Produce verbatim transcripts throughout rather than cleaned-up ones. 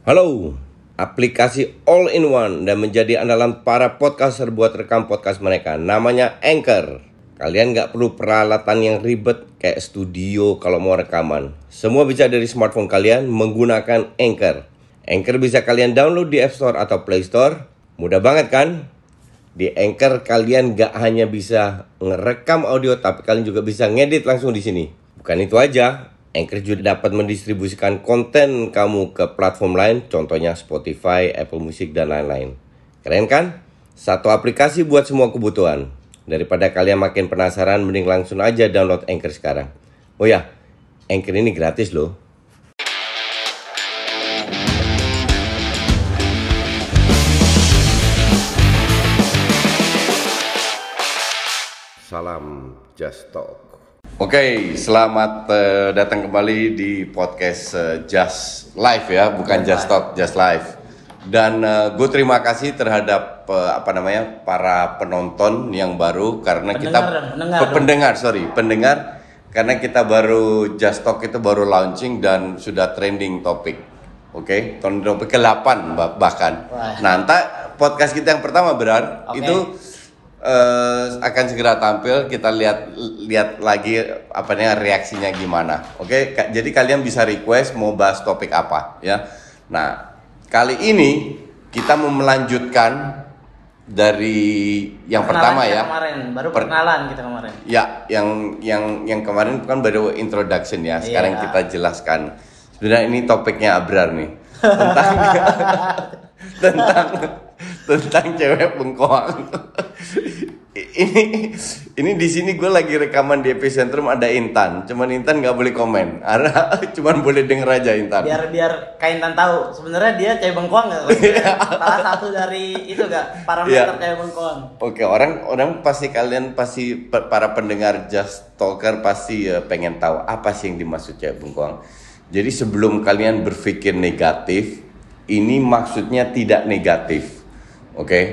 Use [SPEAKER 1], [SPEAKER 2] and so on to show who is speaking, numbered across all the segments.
[SPEAKER 1] Halo, aplikasi all-in-one dan menjadi andalan para podcaster buat rekam podcast mereka. Namanya Anchor. Kalian nggak perlu peralatan yang ribet kayak studio kalau mau rekaman. Semua bisa dari smartphone kalian menggunakan Anchor. Anchor bisa kalian download di App Store atau Play Store. Mudah banget kan? Di Anchor kalian nggak hanya bisa ngerekam audio, tapi kalian juga bisa ngedit langsung di sini. Bukan itu aja. Anchor juga dapat mendistribusikan konten kamu ke platform lain, contohnya Spotify, Apple Music, dan lain-lain. Keren kan? Satu aplikasi buat semua kebutuhan. Daripada kalian makin penasaran, mending langsung aja download Anchor sekarang. Oh ya, Anchor ini gratis loh. Salam Just Talk. Oke, okay, selamat uh, datang kembali di podcast uh, Just Live ya, bukan Just Talk, Just Live. Dan uh, gue terima kasih terhadap uh, apa namanya para penonton yang baru karena
[SPEAKER 2] pendengar,
[SPEAKER 1] kita
[SPEAKER 2] pendengar,
[SPEAKER 1] pe- pendengar, sorry, pendengar karena kita baru Just Talk itu baru launching dan sudah trending topik. Oke, okay? Trending topik ke delapan bahkan. Wah. Nah, entah podcast kita yang pertama benar okay. itu Uh, akan segera tampil, kita lihat lihat lagi apa namanya reaksinya gimana. Oke, okay? Jadi kalian bisa request mau bahas topik apa ya. Nah, kali ini kita mau melanjutkan dari yang pertama ya.
[SPEAKER 2] Kemarin baru perkenalan per- kita kemarin.
[SPEAKER 1] Ya, yang yang yang kemarin kan baru introduction ya. Sekarang yeah. kita jelaskan. Sebenarnya ini topiknya Abrar nih. Tentang tentang tentang cewek bengkoang. ini ini di sini gue lagi rekaman di Epicentrum, ada Intan. Cuman Intan nggak boleh komen. Ada cuman boleh denger aja Intan.
[SPEAKER 2] Biar biar kayak Intan tahu sebenarnya dia cewek bengkoang nggak? Salah satu dari itu nggak parameter yeah. cewek bengkoang.
[SPEAKER 1] Oke, orang orang pasti kalian pasti para pendengar Just Talker pasti uh, pengen tahu apa sih yang dimaksud cewek bengkoang. Jadi sebelum kalian berpikir negatif, ini maksudnya tidak negatif. Oke, okay?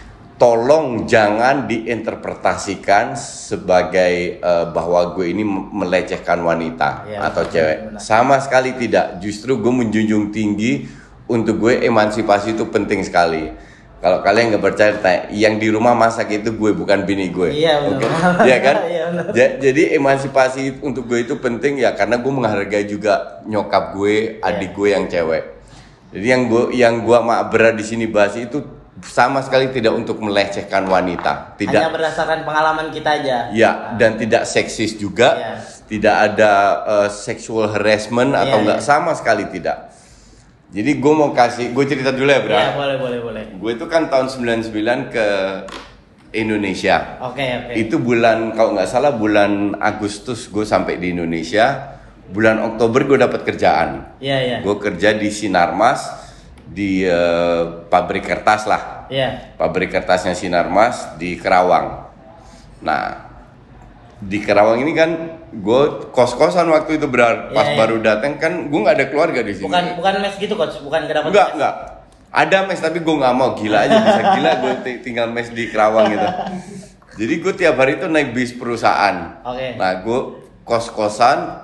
[SPEAKER 1] Tolong jangan diinterpretasikan sebagai uh, bahwa gue ini melecehkan wanita ya, atau cewek. Benar. Sama sekali tidak. Justru gue menjunjung tinggi untuk gue emansipasi itu penting sekali. Kalau kalian nggak percaya, tanya, yang di rumah masak itu gue bukan bini gue.
[SPEAKER 2] Iya benar.
[SPEAKER 1] Okay? Ya kan?
[SPEAKER 2] Iya,
[SPEAKER 1] J- jadi emansipasi untuk gue itu penting ya karena gue menghargai juga nyokap gue, adik ya. gue yang cewek. Jadi yang gue yang gue sama Abra di sini bahas itu sama sekali tidak untuk melecehkan wanita, tidak.
[SPEAKER 2] Hanya berdasarkan pengalaman kita aja.
[SPEAKER 1] Ya, dan tidak seksis juga, ya. Tidak ada uh, sexual harassment ya, atau enggak ya. Sama sekali tidak. Jadi gue mau kasih, gue cerita dulu ya, Bro.
[SPEAKER 2] Iya, boleh, boleh, boleh.
[SPEAKER 1] Gue itu kan tahun sembilan puluh sembilan ke Indonesia.
[SPEAKER 2] Oke, okay, oke. Okay.
[SPEAKER 1] Itu bulan, kalau nggak salah bulan Agustus gue sampai di Indonesia. Bulan Oktober gue dapat kerjaan.
[SPEAKER 2] Iya, iya.
[SPEAKER 1] Gue kerja di Sinarmas. Di uh, pabrik kertas lah,
[SPEAKER 2] yeah.
[SPEAKER 1] pabrik kertasnya Sinarmas di Kerawang. Nah, di Kerawang ini kan gue kos-kosan waktu itu berar. Pas yeah, baru yeah. datang kan gue nggak ada keluarga di sini.
[SPEAKER 2] Bukan bukan mes gitu coach, bukan kedapat.
[SPEAKER 1] Enggak enggak. Ada mes tapi gue nggak mau, gila aja bisa gila gue t- tinggal mes di Kerawang gitu. Jadi gue tiap hari itu naik bis perusahaan.
[SPEAKER 2] Oke. Okay.
[SPEAKER 1] Nah gue kos-kosan,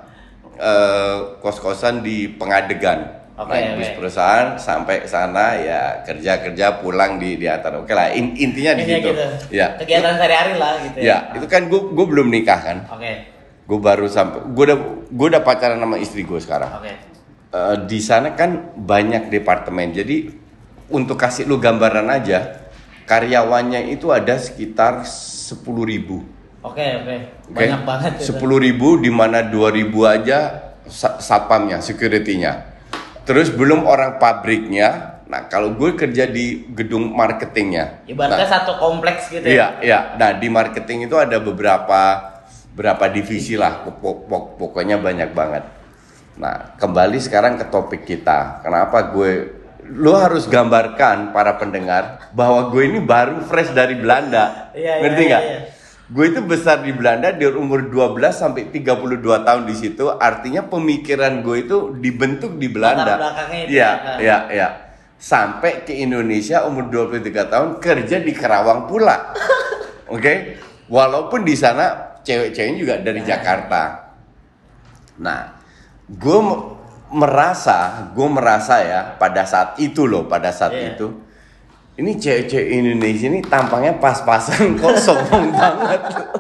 [SPEAKER 1] uh, kos-kosan di Pengadegan.
[SPEAKER 2] Okay,
[SPEAKER 1] naik bis okay. perusahaan sampai sana ya kerja-kerja pulang di di atas. Oke lah in, intinya di situ. Gitu. Ya.
[SPEAKER 2] Kegiatan sehari-hari lah gitu.
[SPEAKER 1] Ya, ya. Itu kan gue gue belum nikah kan.
[SPEAKER 2] Oke. Okay.
[SPEAKER 1] Gue baru sampai gue udah gue udah pacaran sama istri gue sekarang.
[SPEAKER 2] Oke. Okay.
[SPEAKER 1] Uh, di sana kan banyak departemen. Jadi untuk kasih lu gambaran aja, karyawannya itu ada sekitar sepuluh ribu.
[SPEAKER 2] Oke, okay, oke. Okay. Banyak okay? banget
[SPEAKER 1] sepuluh ribu di mana dua ribu aja satpamnya, security-nya. Terus belum orang pabriknya. Nah kalau gue kerja di gedung marketingnya.
[SPEAKER 2] Ibaratnya nah, satu kompleks gitu
[SPEAKER 1] ya. Iya, iya. Nah di marketing itu ada beberapa berapa divisi lah. Pok- pok- pokoknya banyak banget. Nah kembali sekarang ke topik kita. Kenapa gue, lo harus gambarkan para pendengar bahwa gue ini baru fresh dari Belanda.
[SPEAKER 2] Iya,
[SPEAKER 1] ngerti
[SPEAKER 2] iya,
[SPEAKER 1] nggak?
[SPEAKER 2] iya, iya.
[SPEAKER 1] Gue itu besar di Belanda dari umur dua belas sampai tiga puluh dua tahun di situ. Artinya pemikiran gue itu dibentuk di Belanda. Iya, iya, iya. Sampai ke Indonesia umur dua puluh tiga tahun kerja di Kerawang pula. Oke. Okay? Walaupun di sana cewek-ceweknya juga dari Jakarta. Nah, gue merasa, gue merasa ya pada saat itu loh, pada saat
[SPEAKER 2] Iya.
[SPEAKER 1] itu, ini cewek-cewek Indonesia ini tampangnya pas-pasan kok sombong banget.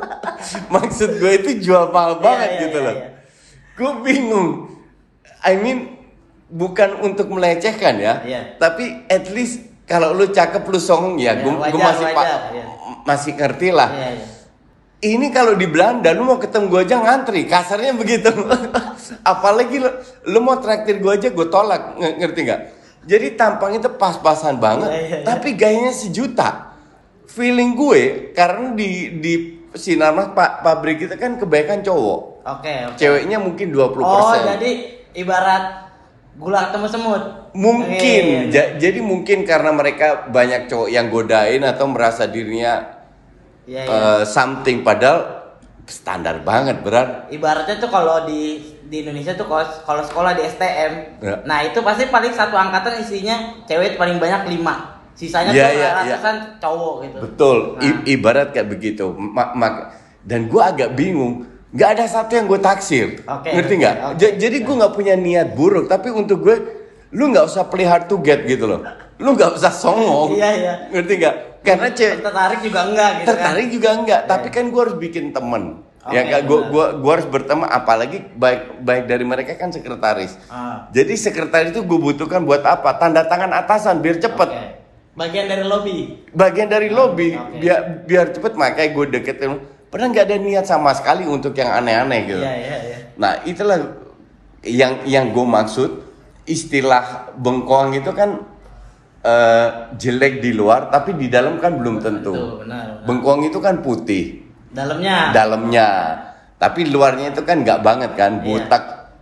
[SPEAKER 1] Maksud gue itu jual mahal
[SPEAKER 2] Iya,
[SPEAKER 1] banget
[SPEAKER 2] iya,
[SPEAKER 1] gitu
[SPEAKER 2] iya,
[SPEAKER 1] loh.
[SPEAKER 2] iya.
[SPEAKER 1] Gue bingung. I mean bukan untuk melecehkan ya,
[SPEAKER 2] Iya.
[SPEAKER 1] tapi at least kalau lu cakep lu songong ya,
[SPEAKER 2] Iya,
[SPEAKER 1] gue
[SPEAKER 2] wajar,
[SPEAKER 1] masih pa-
[SPEAKER 2] wajar, iya.
[SPEAKER 1] masih ngerti lah.
[SPEAKER 2] Iya, iya.
[SPEAKER 1] Ini kalau di Belanda lu mau ketemu gue aja ngantri, kasarnya begitu. Apalagi lu, lu mau traktir gue aja gue tolak, Ng- ngerti nggak? Jadi tampang itu pas-pasan banget,
[SPEAKER 2] Iya, iya, iya.
[SPEAKER 1] tapi gayanya sejuta. Feeling gue karena di di sinar mas pa- pabrik kita kan kebanyakan cowok,
[SPEAKER 2] Oke, oke.
[SPEAKER 1] ceweknya mungkin dua puluh
[SPEAKER 2] Oh,
[SPEAKER 1] persen.
[SPEAKER 2] jadi ibarat gula ketemu semut.
[SPEAKER 1] Mungkin,
[SPEAKER 2] Iya, iya, iya.
[SPEAKER 1] Ja- jadi mungkin karena mereka banyak cowok yang godain atau merasa dirinya
[SPEAKER 2] Iya, iya.
[SPEAKER 1] eh, something, padahal standar banget berat.
[SPEAKER 2] Ibaratnya tuh kalau di di Indonesia tuh kalau kalau sekolah di S T M,
[SPEAKER 1] Ya.
[SPEAKER 2] nah itu pasti paling satu angkatan isinya cewek paling banyak lima, sisanya
[SPEAKER 1] Ya,
[SPEAKER 2] tuh
[SPEAKER 1] ya,
[SPEAKER 2] ratusan cowok gitu.
[SPEAKER 1] Betul, I-
[SPEAKER 2] Nah.
[SPEAKER 1] ibarat kayak begitu. Ma- ma- dan gue agak bingung, nggak ada satu yang gue taksir,
[SPEAKER 2] Oke,
[SPEAKER 1] ngerti
[SPEAKER 2] oke,
[SPEAKER 1] nggak?
[SPEAKER 2] oke.
[SPEAKER 1] Ja- jadi gue nggak punya niat buruk, tapi untuk gue, lu nggak usah play hard to get gitu loh. Lu nggak usah songong,
[SPEAKER 2] Iya, iya.
[SPEAKER 1] ngerti nggak? Karena cewek
[SPEAKER 2] Tertarik juga enggak gitu
[SPEAKER 1] tertarik juga enggak, tapi kan gue harus bikin temen. Ya
[SPEAKER 2] Oke,
[SPEAKER 1] kan, gue
[SPEAKER 2] benar.
[SPEAKER 1] gua gua harus berteman, apalagi baik baik dari mereka kan sekretaris.
[SPEAKER 2] Ah.
[SPEAKER 1] Jadi sekretaris itu gue butuhkan buat apa? Tanda tangan atasan biar cepet.
[SPEAKER 2] Oke. Bagian dari lobby.
[SPEAKER 1] Bagian dari lobby
[SPEAKER 2] Oke.
[SPEAKER 1] biar biar cepet, makanya gue deketin. Padahal nggak ada niat sama sekali untuk yang aneh-aneh gitu.
[SPEAKER 2] Iya, iya, iya.
[SPEAKER 1] Nah itulah yang yang gue maksud, istilah bengkoang itu kan eh, jelek di luar, tapi di dalam kan belum tentu.
[SPEAKER 2] Betul, benar, benar.
[SPEAKER 1] Bengkoang itu kan putih.
[SPEAKER 2] Dalamnya.
[SPEAKER 1] Dalamnya, tapi luarnya itu kan nggak banget kan,
[SPEAKER 2] Iya.
[SPEAKER 1] butak,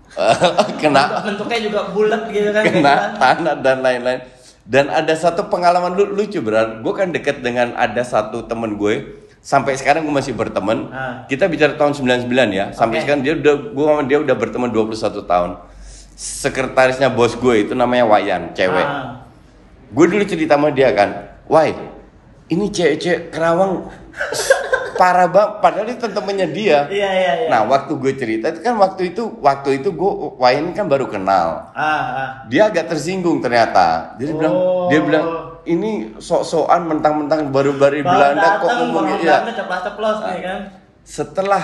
[SPEAKER 1] kena
[SPEAKER 2] Bentuk- bentuknya juga bulat gitu kan.
[SPEAKER 1] kena
[SPEAKER 2] gitu kan.
[SPEAKER 1] tanah dan lain-lain. Dan ada satu pengalaman lu- lucu berat, gue kan deket dengan ada satu temen gue, sampai sekarang gue masih berteman.
[SPEAKER 2] Ah.
[SPEAKER 1] Kita bicara tahun sembilan puluh sembilan ya, sampai
[SPEAKER 2] Oke.
[SPEAKER 1] sekarang dia udah, gue sama dia udah berteman dua puluh satu tahun. Sekretarisnya bos gue itu namanya Wayan, cewek.
[SPEAKER 2] Ah.
[SPEAKER 1] Gue dulu cerita sama dia kan, Wai, ini cewek-cewek Kerawang parah banget, padahal itu temennya dia.
[SPEAKER 2] Iya, iya, iya.
[SPEAKER 1] Nah waktu gue cerita itu kan waktu itu waktu itu gue Wayan kan baru kenal,
[SPEAKER 2] Ah, ah.
[SPEAKER 1] dia agak tersinggung ternyata. Jadi bilang,
[SPEAKER 2] Oh.
[SPEAKER 1] dia bilang ini sok-sokan mentang-mentang baru-baru di
[SPEAKER 2] Baru
[SPEAKER 1] Belanda kok
[SPEAKER 2] datang,
[SPEAKER 1] ngomong
[SPEAKER 2] baru
[SPEAKER 1] ya.
[SPEAKER 2] Belanda ceplos-ceplos nih kan.
[SPEAKER 1] Setelah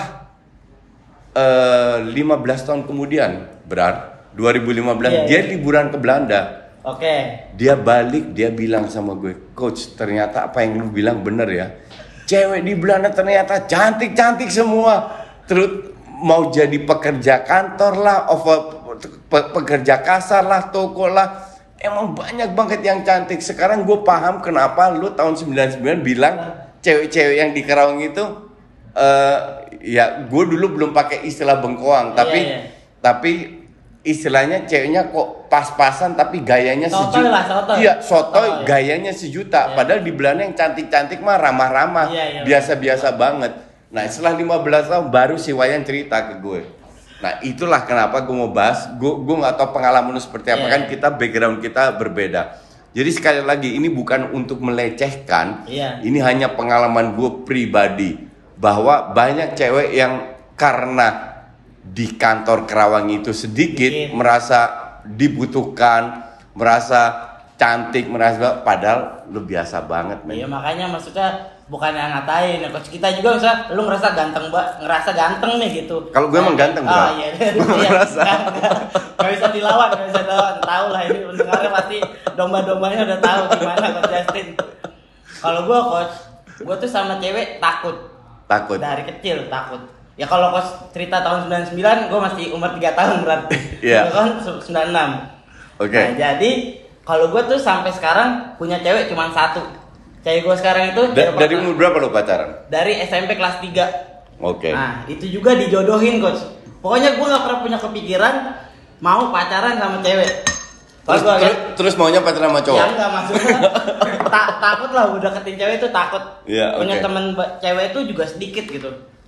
[SPEAKER 1] eh, lima belas tahun kemudian, berar dua ribu lima belas
[SPEAKER 2] Iya,
[SPEAKER 1] dia
[SPEAKER 2] iya.
[SPEAKER 1] liburan ke Belanda.
[SPEAKER 2] Oke.
[SPEAKER 1] Dia balik, dia bilang sama gue, Coach, ternyata apa yang lu bilang bener ya. Cewek di Belanda ternyata cantik-cantik semua. Terus mau jadi pekerja kantor lah, over, pe- pekerja kasar lah, toko lah. Emang banyak banget yang cantik. Sekarang gue paham kenapa lu tahun sembilan puluh sembilan bilang cewek-cewek yang di Karawang itu, eh ya gue dulu belum pakai istilah bengkoang, tapi
[SPEAKER 2] Iya, iya.
[SPEAKER 1] tapi istilahnya ceweknya kok pas-pasan tapi gayanya
[SPEAKER 2] Sotoy
[SPEAKER 1] sejuta.
[SPEAKER 2] lah, sotoy.
[SPEAKER 1] Iya, sotoy,
[SPEAKER 2] Sotoy.
[SPEAKER 1] gayanya sejuta.
[SPEAKER 2] Iya.
[SPEAKER 1] Padahal di Belanda yang cantik-cantik mah ramah-ramah,
[SPEAKER 2] Iya, iya,
[SPEAKER 1] biasa-biasa banget. Nah, setelah lima belas tahun baru si Wayan cerita ke gue. Nah, itulah kenapa gue mau bahas. Gue gue nggak tahu pengalaman lu seperti apa,
[SPEAKER 2] Iya.
[SPEAKER 1] kan kita background kita berbeda. Jadi sekali lagi ini bukan untuk melecehkan.
[SPEAKER 2] Iya.
[SPEAKER 1] Ini hanya pengalaman gue pribadi bahwa banyak cewek yang karena di kantor Kerawang itu sedikit
[SPEAKER 2] Sedikit.
[SPEAKER 1] merasa dibutuhkan, merasa cantik, merasa padahal lu biasa banget, men.
[SPEAKER 2] Iya makanya maksudnya bukan yang ngatain, coach kita juga misalnya lu ngerasa ganteng mbak, ngerasa ganteng nih gitu.
[SPEAKER 1] Kalau gue emang ganteng, bro.
[SPEAKER 2] Ah iya,
[SPEAKER 1] Gue
[SPEAKER 2] iya.
[SPEAKER 1] ngerasa.
[SPEAKER 2] Nggak- nggak- nggak bisa dilawan, nggak bisa dilawan. Tahu lah ini pendengarnya pasti domba-dombanya udah tahu gimana coach Justin. Kalau gue coach, gue tuh sama cewek takut.
[SPEAKER 1] Takut.
[SPEAKER 2] Dari kecil takut. Ya kalau coach cerita tahun sembilan puluh sembilan, gue masih umur tiga tahun berarti.
[SPEAKER 1] Iya.
[SPEAKER 2] Gue kan sembilan puluh enam.
[SPEAKER 1] Oke.
[SPEAKER 2] Nah, jadi kalau gue tuh sampai sekarang punya cewek cuma satu. Cewek gue sekarang itu
[SPEAKER 1] Da-
[SPEAKER 2] cewek
[SPEAKER 1] dari
[SPEAKER 2] pertama-
[SPEAKER 1] umur berapa lo pacaran?
[SPEAKER 2] dari S M P kelas tiga.
[SPEAKER 1] Oke.
[SPEAKER 2] Nah, itu juga dijodohin, coach. Pokoknya gue gak pernah punya kepikiran mau pacaran sama cewek. Kalau
[SPEAKER 1] Terus,
[SPEAKER 2] gua
[SPEAKER 1] terus,
[SPEAKER 2] liat,
[SPEAKER 1] terus maunya pacaran sama cowok?
[SPEAKER 2] ya enggak maksudnya ta- takut lah udah deketin cewek itu takut.
[SPEAKER 1] Iya,
[SPEAKER 2] Punya
[SPEAKER 1] oke.
[SPEAKER 2] temen ba- cewek itu juga sedikit gitu.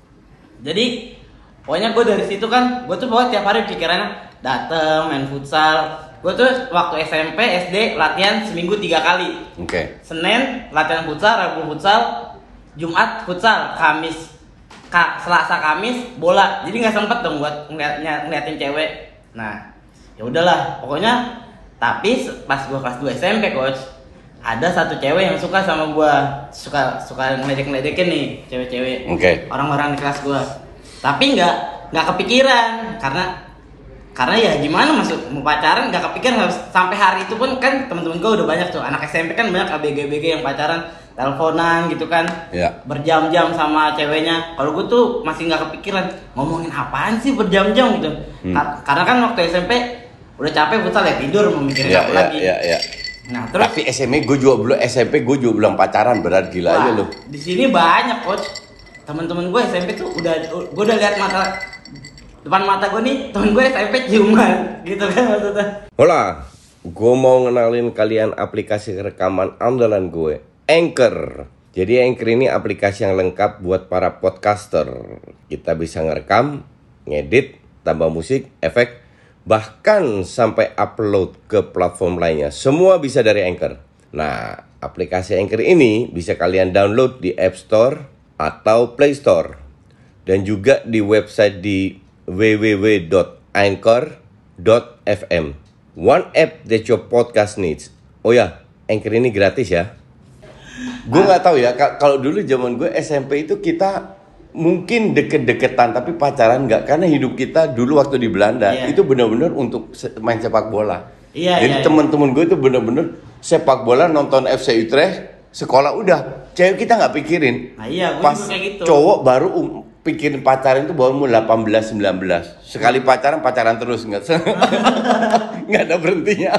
[SPEAKER 2] Jadi pokoknya gue dari situ kan, gue tuh pokoknya tiap hari pikirannya dateng main futsal. Gue tuh waktu S M P, S D latihan seminggu tiga kali.
[SPEAKER 1] Oke.
[SPEAKER 2] Senin latihan futsal, Rabu futsal, Jumat futsal, Kamis, Ka, Selasa Kamis bola. Jadi nggak sempet dong buat ngeliat, ngeliatin cewek. Nah, Ya udahlah, pokoknya tapi pas gua kelas dua S M P coach, ada satu cewek yang suka sama gua, suka suka ngeledek-ngeledekin nih cewek-cewek.
[SPEAKER 1] Oke. Okay.
[SPEAKER 2] Orang-orang di kelas gua. Tapi nggak nggak kepikiran karena karena ya gimana masuk mau pacaran nggak kepikiran harus sampai hari itu pun kan teman-teman gua udah banyak tuh anak S M P kan banyak A B G A B G yang pacaran teleponan gitu kan.
[SPEAKER 1] Yeah.
[SPEAKER 2] Berjam-jam sama ceweknya. Kalau gua tuh masih nggak kepikiran ngomongin apaan sih berjam-jam gitu. Hmm. Karena kan waktu S M P udah capek futsal ya tidur memikirin
[SPEAKER 1] yeah,
[SPEAKER 2] apa
[SPEAKER 1] yeah,
[SPEAKER 2] lagi.
[SPEAKER 1] Yeah, yeah.
[SPEAKER 2] Nah, terus
[SPEAKER 1] tapi S M P gue juga belum S M P gue juga belum pacaran berat gila
[SPEAKER 2] wah,
[SPEAKER 1] aja lu.
[SPEAKER 2] Di sini banyak coach. Teman-teman gue S M P tuh udah gue udah lihat mata depan mata gue nih, temen gue S M P ciuman gitu kan maksudnya.
[SPEAKER 1] Hola, gue mau ngenalin kalian aplikasi rekaman andalan gue, Anchor. Jadi Anchor ini aplikasi yang lengkap buat para podcaster. Kita bisa ngerekam, ngedit, tambah musik, efek, bahkan sampai upload ke platform lainnya. Semua bisa dari Anchor. Nah, aplikasi Anchor ini bisa kalian download di App Store atau Play Store. Dan juga di website di w w w dot anchor dot f m. One app that your podcast needs. Oh ya, Anchor ini gratis ya. Gue nggak tahu ya, kalau dulu zaman gue S M P itu kita mungkin deket-deketan tapi pacaran nggak, karena hidup kita dulu waktu di Belanda yeah. itu benar-benar untuk main sepak bola.
[SPEAKER 2] Iya.
[SPEAKER 1] Jadi
[SPEAKER 2] yeah,
[SPEAKER 1] teman-teman gue itu benar-benar sepak bola, nonton F C Utrecht, sekolah udah. Cewek kita nggak pikirin.
[SPEAKER 2] Nah, iya, gue
[SPEAKER 1] pas
[SPEAKER 2] juga kayak gitu.
[SPEAKER 1] Cowok baru um, pikirin pacaran itu baru umur delapan belas sembilan belas. Sekali pacaran pacaran terus nggak nggak ada berhentinya.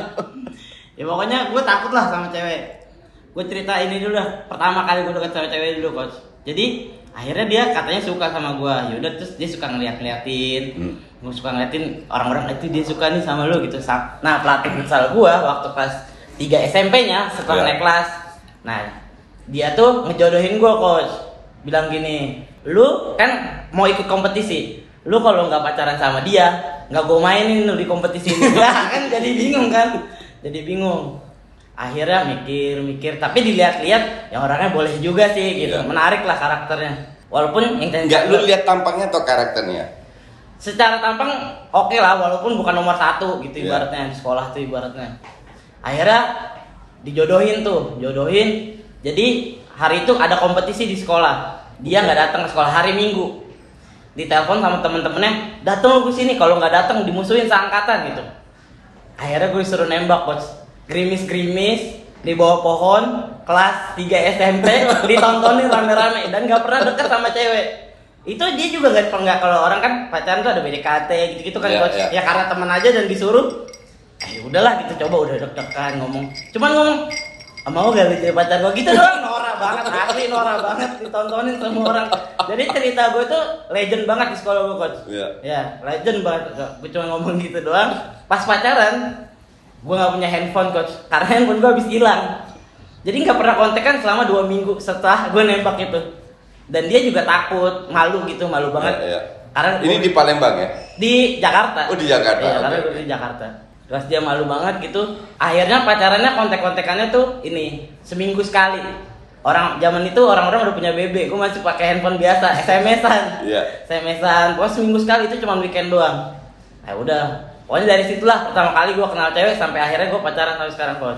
[SPEAKER 2] Ya pokoknya gue takut lah sama cewek. Gue cerita ini dulu dah. Pertama kali gue deket sama cewek dulu coach. Jadi akhirnya dia katanya suka sama gue. Yaudah terus dia suka ngeliat-ngeliatin. Hmm. Gue suka ngeliatin orang-orang itu dia suka nih sama lu gitu. Nah pelatih futsal gue waktu kelas tiga S M P-nya setelah yeah. naik kelas. Nah dia tuh ngejodohin gue coach. Bilang gini, lu kan mau ikut kompetisi. Lu kalau nggak pacaran sama dia, nggak gue mainin lu di kompetisi ini. Ya kan jadi bingung kan. Jadi bingung. Akhirnya mikir-mikir, tapi dilihat-lihat yang orangnya boleh juga sih gitu. Yeah. Menarik lah karakternya. Walaupun yang
[SPEAKER 1] nggak lu lihat tampangnya atau karakternya?
[SPEAKER 2] Secara tampang oke okay lah, walaupun bukan nomor satu gitu yeah. ibaratnya di sekolah tuh ibaratnya. Akhirnya dijodohin tuh, jodohin. Jadi hari itu ada kompetisi di sekolah. Dia nggak datang ke sekolah hari Minggu. Ditelepon sama temen-temennya, datang lu ke sini. Kalau nggak datang dimusuhin seangkatan gitu. Akhirnya gue disuruh nembak coach. Gerimis-gerimis di bawah pohon kelas tiga S M P ditontonin rame-rame dan nggak pernah deket sama cewek. Itu dia juga nggak nggak kalau orang kan pacaran tuh ada B D K T gitu-gitu kan yeah, coach. Yeah. Ya karena teman aja dan disuruh. Eh udahlah gitu, coba udah deg-degan ngomong. Cuman ngomong, mau gak lu jadi pacar gue gitu doang. Norak banget, asli norak banget ditontonin semua orang. Jadi cerita gue tuh legend banget di sekolah gue coach. Yeah. Ya legend banget. Gue cuma ngomong gitu doang. Pas pacaran gue nggak punya handphone coach, karena handphone gue habis hilang. Jadi nggak pernah kontekan selama dua minggu setelah gue nembak itu. Dan dia juga takut, malu gitu, malu banget. Ya, ya. Karena
[SPEAKER 1] ini gua, di Palembang ya?
[SPEAKER 2] Di Jakarta.
[SPEAKER 1] Oh di Jakarta.
[SPEAKER 2] Iya,
[SPEAKER 1] okay.
[SPEAKER 2] Karena gue di Jakarta. Terus dia malu banget gitu. Akhirnya pacarannya kontek-kontekannya tuh ini seminggu sekali. Orang zaman itu orang-orang udah punya B B, gue masih pakai handphone biasa, S M S-an. Iya. S M S-an. Pokoknya seminggu sekali itu cuma weekend doang. Nah udah. Pokoknya dari situlah pertama kali gue kenal cewek sampai akhirnya gue pacaran sampai sekarang coach.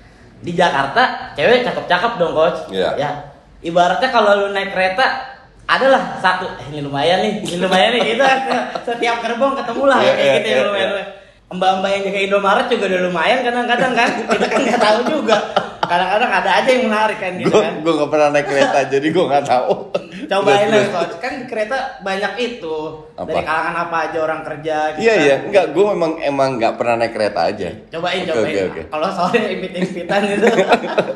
[SPEAKER 2] Di Jakarta cewek cakep-cakep dong coach.
[SPEAKER 1] Yeah.
[SPEAKER 2] Ya. Ibaratnya kalau lu naik kereta adalah satu eh, ini lumayan nih, ini lumayan nih gitu. Setiap gerbong ketemu lah yeah, kayak yeah, gitu yeah, ya lumayan. Yeah. Mbak-mbak yang jaga Indomaret juga udah lumayan kadang-kadang kan. Kita kan nggak tahu juga. Kadang-kadang ada aja yang menarik kan gitu kan.
[SPEAKER 1] Gue nggak pernah naik kereta jadi gue nggak tahu.
[SPEAKER 2] Cobain lah coach, kan di kereta banyak itu. Apa? Dari kalangan apa aja orang kerja gitu.
[SPEAKER 1] Iya iya, enggak, gue memang emang nggak pernah naik kereta aja.
[SPEAKER 2] Cobain,
[SPEAKER 1] okay,
[SPEAKER 2] cobain.
[SPEAKER 1] Okay, okay.
[SPEAKER 2] Kalau sore impit-impitan gitu. Oke.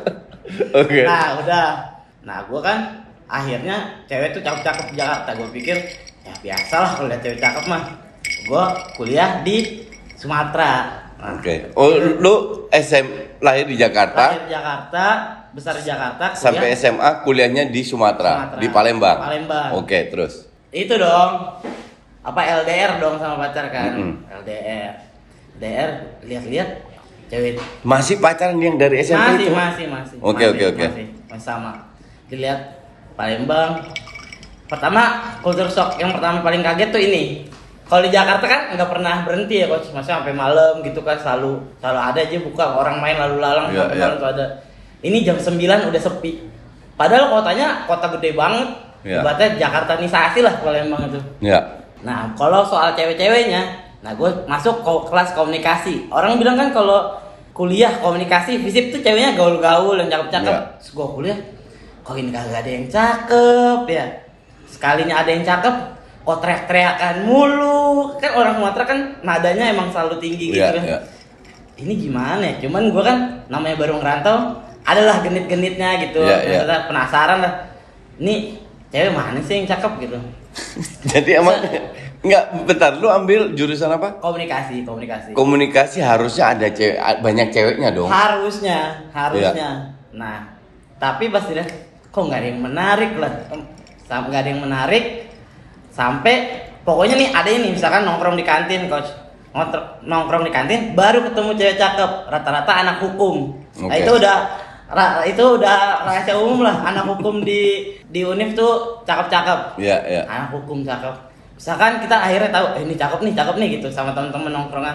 [SPEAKER 1] Okay.
[SPEAKER 2] Nah udah, nah gue kan akhirnya cewek tuh cakep-cakep di Jakarta. Gue pikir ya biasa lah kalau lihat cewek cakep mah. Gue kuliah di Sumatera. Nah,
[SPEAKER 1] Oke. Okay. Oh lu S M lahir di Jakarta?
[SPEAKER 2] Lahir di Jakarta. Besar di Jakarta, kuliah.
[SPEAKER 1] Sampai S M A kuliahnya di Sumatera, Sumatera. Di Palembang.
[SPEAKER 2] Palembang.
[SPEAKER 1] Oke, okay, terus.
[SPEAKER 2] Itu dong. Apa L D R dong sama pacar kan?
[SPEAKER 1] Mm-hmm.
[SPEAKER 2] L D R. L D R lihat-lihat cewek.
[SPEAKER 1] Masih pacaran yang dari S M P
[SPEAKER 2] masih,
[SPEAKER 1] itu?
[SPEAKER 2] Masih, masih,
[SPEAKER 1] Oke, oke, oke.
[SPEAKER 2] Masih, masih sama. Dilihat Palembang. Pertama, culture shock yang pertama paling kaget tuh ini. Kalau di Jakarta kan nggak pernah berhenti ya coach, maksudnya sampai malam gitu kan selalu selalu ada aja buka orang main lalu lalang
[SPEAKER 1] yeah,
[SPEAKER 2] sampai
[SPEAKER 1] yeah.
[SPEAKER 2] malam tuh ada. Ini jam sembilan udah sepi. Padahal kotanya kota gede banget.
[SPEAKER 1] Yeah.
[SPEAKER 2] Ibaratnya Jakartanisasi lah Palembang itu.
[SPEAKER 1] Ya. Yeah.
[SPEAKER 2] Nah kalau soal cewek-ceweknya, nah gue masuk ke kelas komunikasi. Orang bilang kan kalau kuliah komunikasi fisip tuh ceweknya gaul-gaul yang cakep-cakep.
[SPEAKER 1] Yeah.
[SPEAKER 2] Terus gue kuliah, kok ini kagak ada yang cakep ya. Sekalinya ada yang cakep, kok teriak-teriakan mulu. Kan orang Sumatera kan nadanya emang selalu tinggi gitu
[SPEAKER 1] yeah,
[SPEAKER 2] kan.
[SPEAKER 1] yeah.
[SPEAKER 2] Ini gimana ya? Cuman gue kan namanya baru ngerantau, adalah genit-genitnya gitu.
[SPEAKER 1] Yeah, yeah.
[SPEAKER 2] Penasaran lah. Ini cewek mana sih yang cakep gitu?
[SPEAKER 1] Jadi emang enggak, bentar, lu ambil jurusan apa?
[SPEAKER 2] Komunikasi, komunikasi.
[SPEAKER 1] Komunikasi harusnya ada cewek, banyak ceweknya dong.
[SPEAKER 2] Harusnya, harusnya.
[SPEAKER 1] Yeah.
[SPEAKER 2] Nah, tapi pas dilihat kok nggak ada yang menarik lah, nggak ada yang menarik. Sampai pokoknya nih ada ini misalkan nongkrong di kantin coach, nongkrong di kantin baru ketemu cewek cakep, rata-rata anak hukum. Okay. Nah itu udah itu udah rahasia umum lah, anak hukum di di Univ tuh cakep-cakep.
[SPEAKER 1] Iya, yeah, iya. Yeah.
[SPEAKER 2] Anak hukum cakep. Misalkan kita akhirnya tahu eh, ini cakep nih, cakep nih gitu sama teman-teman nongkrongan.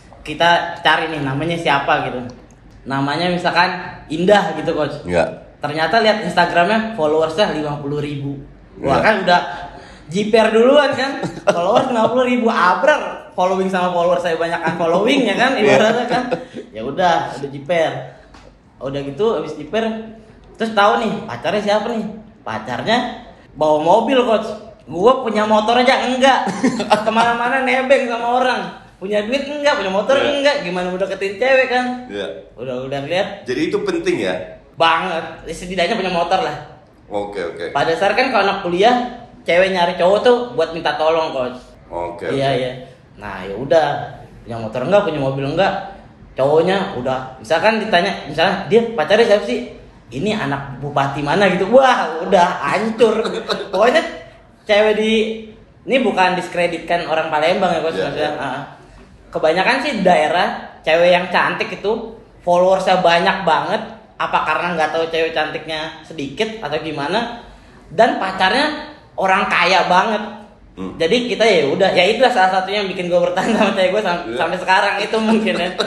[SPEAKER 2] Kita cari nih namanya siapa gitu. Namanya misalkan Indah gitu coach.
[SPEAKER 1] Iya. Yeah.
[SPEAKER 2] Ternyata lihat Instagramnya followersnya lima puluh ribu. Wah
[SPEAKER 1] Yeah.
[SPEAKER 2] kan udah jiper duluan kan. Followers lima puluh ribu abrar. Following sama follower saya banyakan following ya kan ibaratnya kan. Ya udah, udah jiper. Udah gitu habis jiper terus tahu nih pacarnya siapa nih? Pacarnya bawa mobil coach. Gua punya motor aja enggak. Kemana-mana nebeng sama orang. Punya duit enggak, punya motor yeah. enggak. Gimana udah deketin cewek kan?
[SPEAKER 1] Iya. Yeah.
[SPEAKER 2] Udah udah lihat.
[SPEAKER 1] Jadi itu penting ya?
[SPEAKER 2] Banget. Setidaknya punya motor lah.
[SPEAKER 1] Oke, okay, oke. Okay.
[SPEAKER 2] Pada dasar kan kalau anak kuliah, cewek nyari cowok tuh buat minta tolong coach.
[SPEAKER 1] Oke. Okay,
[SPEAKER 2] iya
[SPEAKER 1] okay.
[SPEAKER 2] iya. Nah ya udah, punya motor enggak, punya mobil enggak, cowoknya udah. Misalkan ditanya, misalnya dia pacarnya siapa sih? Ini anak bupati mana gitu. Wah udah hancur. Pokoknya cewek di ini bukan diskreditkan orang Palembang ya coach. Yeah, maksudnya. Yeah. Uh, kebanyakan sih daerah cewek yang cantik itu followersnya banyak banget. Apa karena nggak tahu cewek cantiknya sedikit atau gimana? Dan pacarnya orang kaya banget. Hmm. Jadi kita ya udah, ya itulah salah satunya yang bikin gue bertahan sama cewek gue sam- yeah. sampai sekarang itu mungkin ya.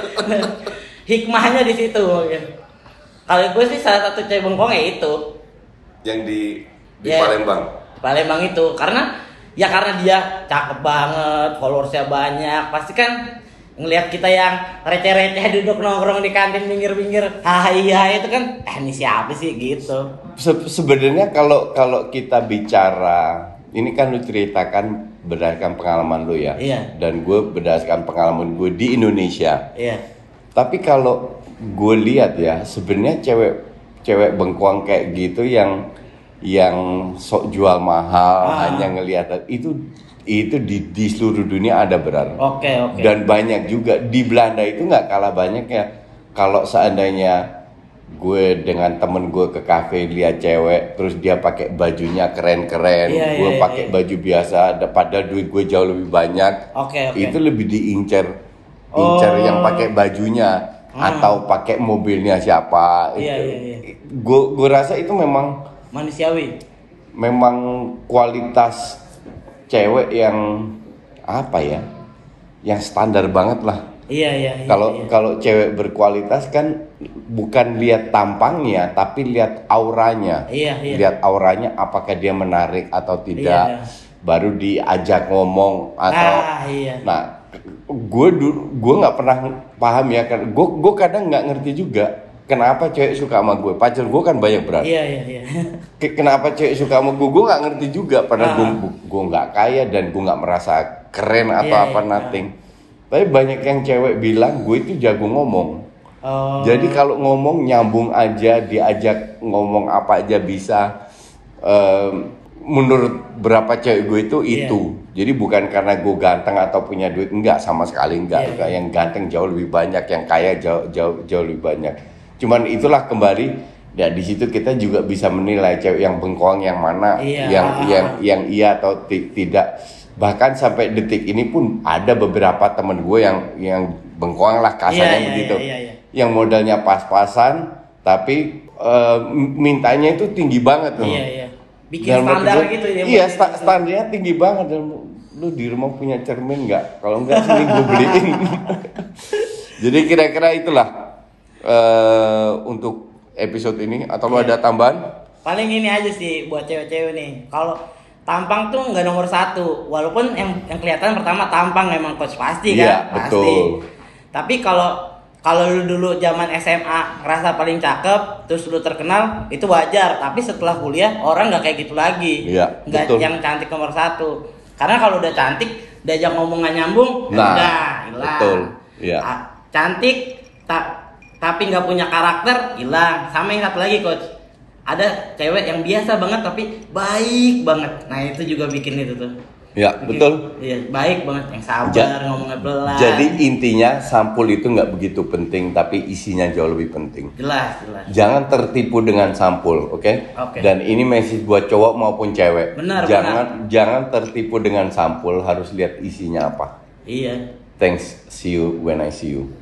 [SPEAKER 2] Hikmahnya di situ mungkin. Kalau gue sih salah satu cewek bengkong ya itu.
[SPEAKER 1] Yang di di
[SPEAKER 2] ya,
[SPEAKER 1] Palembang.
[SPEAKER 2] Di Palembang itu karena ya karena dia cakep banget, followersnya banyak, pasti kan ngelihat kita yang receh-receh duduk nongkrong di kantin pinggir-pinggir, hai hai itu kan, eh ini siapa sih gitu.
[SPEAKER 1] Se- sebenarnya kalau kalau kita bicara, ini kan lu ceritakan berdasarkan pengalaman lu ya,
[SPEAKER 2] iya.
[SPEAKER 1] Dan gue berdasarkan pengalaman gue di Indonesia.
[SPEAKER 2] Iya.
[SPEAKER 1] Tapi kalau gue lihat ya, sebenarnya cewek cewek bengkoang kayak gitu yang yang sok jual mahal, ah. hanya ngelihat itu. Itu di, di seluruh dunia ada berarti.
[SPEAKER 2] Oke, oke.
[SPEAKER 1] Dan banyak juga di Belanda itu nggak kalah banyak ya. Kalau seandainya gue dengan temen gue ke kafe lihat cewek, terus dia pakai bajunya keren-keren,
[SPEAKER 2] iya,
[SPEAKER 1] gue
[SPEAKER 2] iya,
[SPEAKER 1] pakai
[SPEAKER 2] iya.
[SPEAKER 1] baju biasa, padahal duit gue jauh lebih banyak.
[SPEAKER 2] Oke, oke.
[SPEAKER 1] Itu lebih diincar, incar
[SPEAKER 2] Oh.
[SPEAKER 1] yang pakai bajunya hmm. atau pakai mobilnya siapa.
[SPEAKER 2] Iya,
[SPEAKER 1] itu.
[SPEAKER 2] iya, iya.
[SPEAKER 1] Gue gue rasa itu memang
[SPEAKER 2] manusiawi.
[SPEAKER 1] Memang kualitas cewek yang apa ya, yang standar banget lah.
[SPEAKER 2] Iya iya.
[SPEAKER 1] Kalau
[SPEAKER 2] iya, iya.
[SPEAKER 1] kalau cewek berkualitas kan bukan lihat tampangnya, tapi lihat auranya.
[SPEAKER 2] Iya iya.
[SPEAKER 1] Lihat auranya, apakah dia menarik atau tidak.
[SPEAKER 2] Iya, iya.
[SPEAKER 1] Baru diajak ngomong atau.
[SPEAKER 2] Ah, iya.
[SPEAKER 1] Nah, gue gue nggak pernah paham ya, kan. Gue gue kadang nggak ngerti juga. Kenapa cewek suka sama gue? Pacar gue kan banyak berat.
[SPEAKER 2] Iya iya iya.
[SPEAKER 1] Kenapa cewek suka sama gue? Gue nggak ngerti juga. Padahal
[SPEAKER 2] ah.
[SPEAKER 1] gue gue nggak kaya dan gue nggak merasa keren atau
[SPEAKER 2] iya,
[SPEAKER 1] apa
[SPEAKER 2] iya,
[SPEAKER 1] nothing. Tapi banyak yang cewek bilang gue itu jago ngomong.
[SPEAKER 2] Oh.
[SPEAKER 1] Jadi kalau ngomong nyambung aja, diajak ngomong apa aja bisa. Um, menurut berapa cewek gue itu
[SPEAKER 2] yeah.
[SPEAKER 1] itu. Jadi bukan karena gue ganteng atau punya duit, enggak, sama sekali enggak.
[SPEAKER 2] Yeah.
[SPEAKER 1] Yang ganteng jauh lebih banyak, yang kaya jauh jauh jauh lebih banyak. Cuman itulah kembali, ya di situ kita juga bisa menilai cewek yang bengkoang yang mana,
[SPEAKER 2] iya.
[SPEAKER 1] yang yang yang iya atau t- tidak. Bahkan sampai detik ini pun ada beberapa temen gue yang yang bengkoang lah kasarnya
[SPEAKER 2] iya,
[SPEAKER 1] begitu,
[SPEAKER 2] iya, iya, iya.
[SPEAKER 1] yang modalnya pas-pasan, tapi uh, mintanya itu tinggi banget tuh.
[SPEAKER 2] Iya iya. Bikin standar
[SPEAKER 1] gue,
[SPEAKER 2] gitu ya.
[SPEAKER 1] Iya, sta- standarnya tinggi banget. lu di rumah punya cermin nggak? Kalau nggak sini gue beliin. Jadi kira-kira itulah uh, untuk episode ini. Atau lu ada tambahan?
[SPEAKER 2] Paling ini aja sih buat cewek-cewek nih. Kalau tampang tuh nggak nomor satu. Walaupun yang yang kelihatan pertama tampang memang coach pasti kan,
[SPEAKER 1] Iya,
[SPEAKER 2] pasti.
[SPEAKER 1] betul.
[SPEAKER 2] Tapi kalau kalau lu dulu zaman S M A ngerasa paling cakep, terus lu terkenal, itu wajar. Tapi setelah kuliah orang nggak kayak gitu lagi.
[SPEAKER 1] Iya,
[SPEAKER 2] Nggak
[SPEAKER 1] betul.
[SPEAKER 2] yang cantik nomor satu. Karena kalau udah cantik, diajak ngomong nggak nyambung,
[SPEAKER 1] Nah,
[SPEAKER 2] udah hilang.
[SPEAKER 1] betul. Iya.
[SPEAKER 2] Ah, cantik ta- tapi nggak punya karakter, hilang. Sama yang satu lagi coach, ada cewek yang biasa banget tapi baik banget. Nah itu juga bikin itu tuh.
[SPEAKER 1] Ya,
[SPEAKER 2] Bikin-
[SPEAKER 1] betul.
[SPEAKER 2] Iya, baik banget, yang sabar,
[SPEAKER 1] Ja-
[SPEAKER 2] ngomongnya pelan.
[SPEAKER 1] Jadi intinya sampul itu nggak begitu penting, tapi isinya jauh lebih penting.
[SPEAKER 2] jelas, jelas.
[SPEAKER 1] Jangan tertipu dengan sampul, oke?
[SPEAKER 2] Oke.
[SPEAKER 1] Dan ini message buat cowok maupun cewek.
[SPEAKER 2] Benar,
[SPEAKER 1] jangan jangan tertipu dengan sampul, harus lihat isinya apa.
[SPEAKER 2] Iya.
[SPEAKER 1] Thanks, see you when I see you.